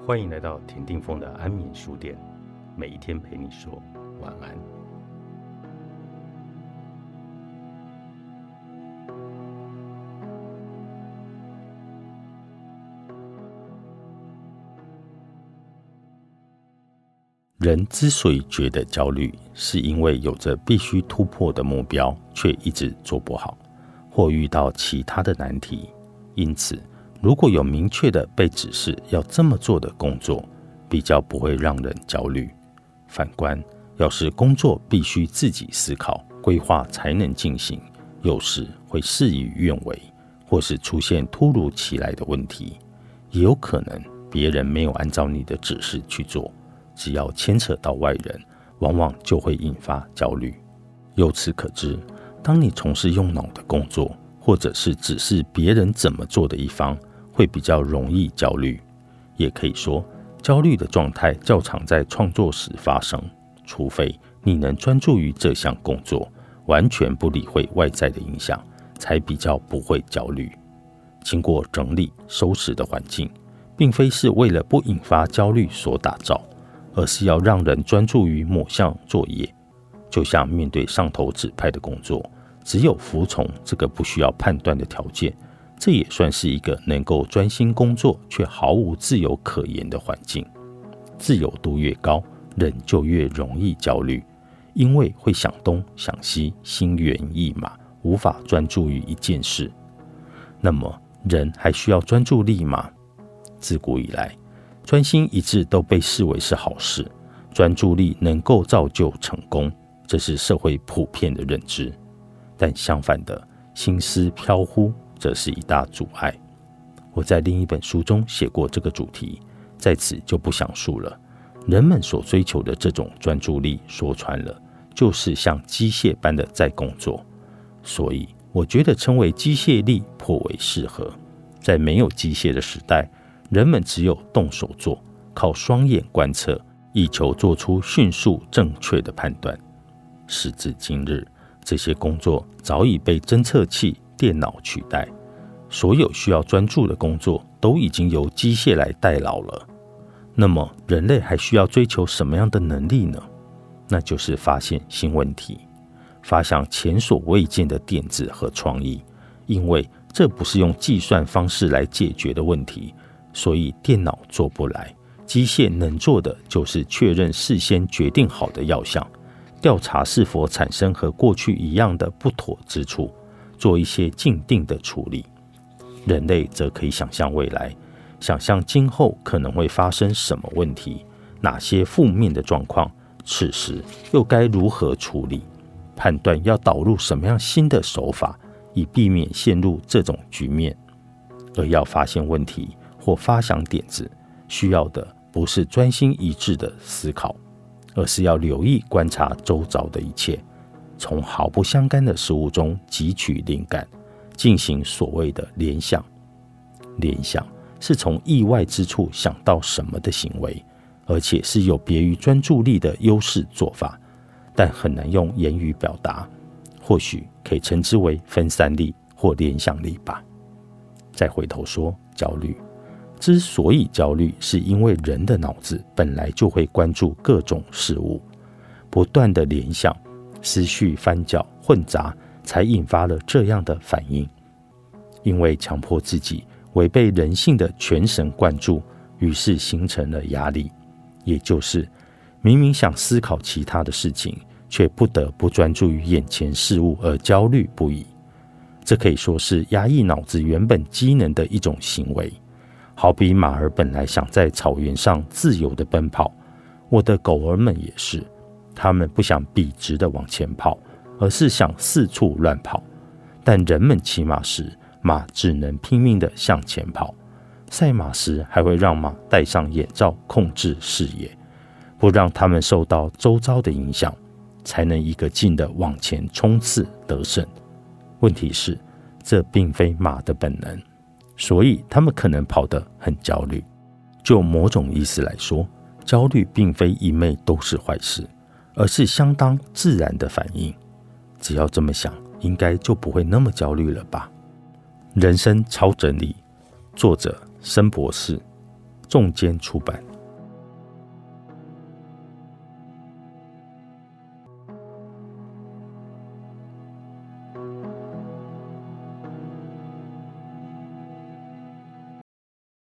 欢迎来到田定峰的安眠书店，每一天陪你说晚安。人之所以觉得焦虑，是因为有着必须突破的目标，却一直做不好，或遇到其他的难题。因此，如果有明确的被指示要这么做的工作，比较不会让人焦虑。反观，要是工作必须自己思考、规划才能进行，有时会事与愿违，或是出现突如其来的问题，也有可能别人没有按照你的指示去做。只要牵扯到外人，往往就会引发焦虑。由此可知，当你从事用脑的工作，或者是指示别人怎么做的一方，会比较容易焦虑。也可以说，焦虑的状态较常在创作时发生，除非你能专注于这项工作，完全不理会外在的影响，才比较不会焦虑。经过整理收拾的环境，并非是为了不引发焦虑所打造，而是要让人专注于某项作业。就像面对上头指派的工作，只有服从这个不需要判断的条件，这也算是一个能够专心工作却毫无自由可言的环境。自由度越高，人就越容易焦虑，因为会想东想西，心猿意马，无法专注于一件事。那么，人还需要专注力吗？自古以来，专心一致都被视为是好事，专注力能够造就成功，这是社会普遍的认知。但相反的，心思飘忽则是一大阻碍。我在另一本书中写过这个主题，在此就不详述了。人们所追求的这种专注力，说穿了，就是像机械般的在工作。所以，我觉得称为机械力颇为适合。在没有机械的时代，人们只有动手做，靠双眼观测，以求做出迅速正确的判断。时至今日，这些工作早已被侦测器、电脑取代，所有需要专注的工作都已经由机械来代劳了。那么，人类还需要追求什么样的能力呢？那就是发现新问题，发想前所未见的点子和创意。因为这不是用计算方式来解决的问题，所以电脑做不来，机械能做的就是确认事先决定好的要项，调查是否产生和过去一样的不妥之处，做一些静定的处理。人类则可以想象未来，想象今后可能会发生什么问题，哪些负面的状况，此时又该如何处理，判断要导入什么样新的手法，以避免陷入这种局面。而要发现问题或发想点子，需要的不是专心一致的思考，而是要留意观察周遭的一切，从毫不相干的事物中汲取灵感，进行所谓的联想。联想是从意外之处想到什么的行为，而且是有别于专注力的优势做法，但很难用言语表达，或许可以称之为分散力或联想力吧。再回头说焦虑，之所以焦虑，是因为人的脑子本来就会关注各种事物，不断的联想，思绪翻搅混杂，才引发了这样的反应。因为强迫自己违背人性的全神贯注，于是形成了压力，也就是明明想思考其他的事情，却不得不专注于眼前事物而焦虑不已。这可以说是压抑脑子原本机能的一种行为。好比马儿本来想在草原上自由地奔跑，我的狗儿们也是，它们不想笔直地往前跑，而是想四处乱跑。但人们骑马时，马只能拼命地向前跑，赛马时还会让马戴上眼罩控制视野，不让它们受到周遭的影响，才能一个劲地往前冲刺得胜。问题是，这并非马的本能，所以他们可能跑得很焦虑。就某种意思来说，焦虑并非一昧都是坏事，而是相当自然的反应。只要这么想，应该就不会那么焦虑了吧。人生超整理，作者申博士， 重间出版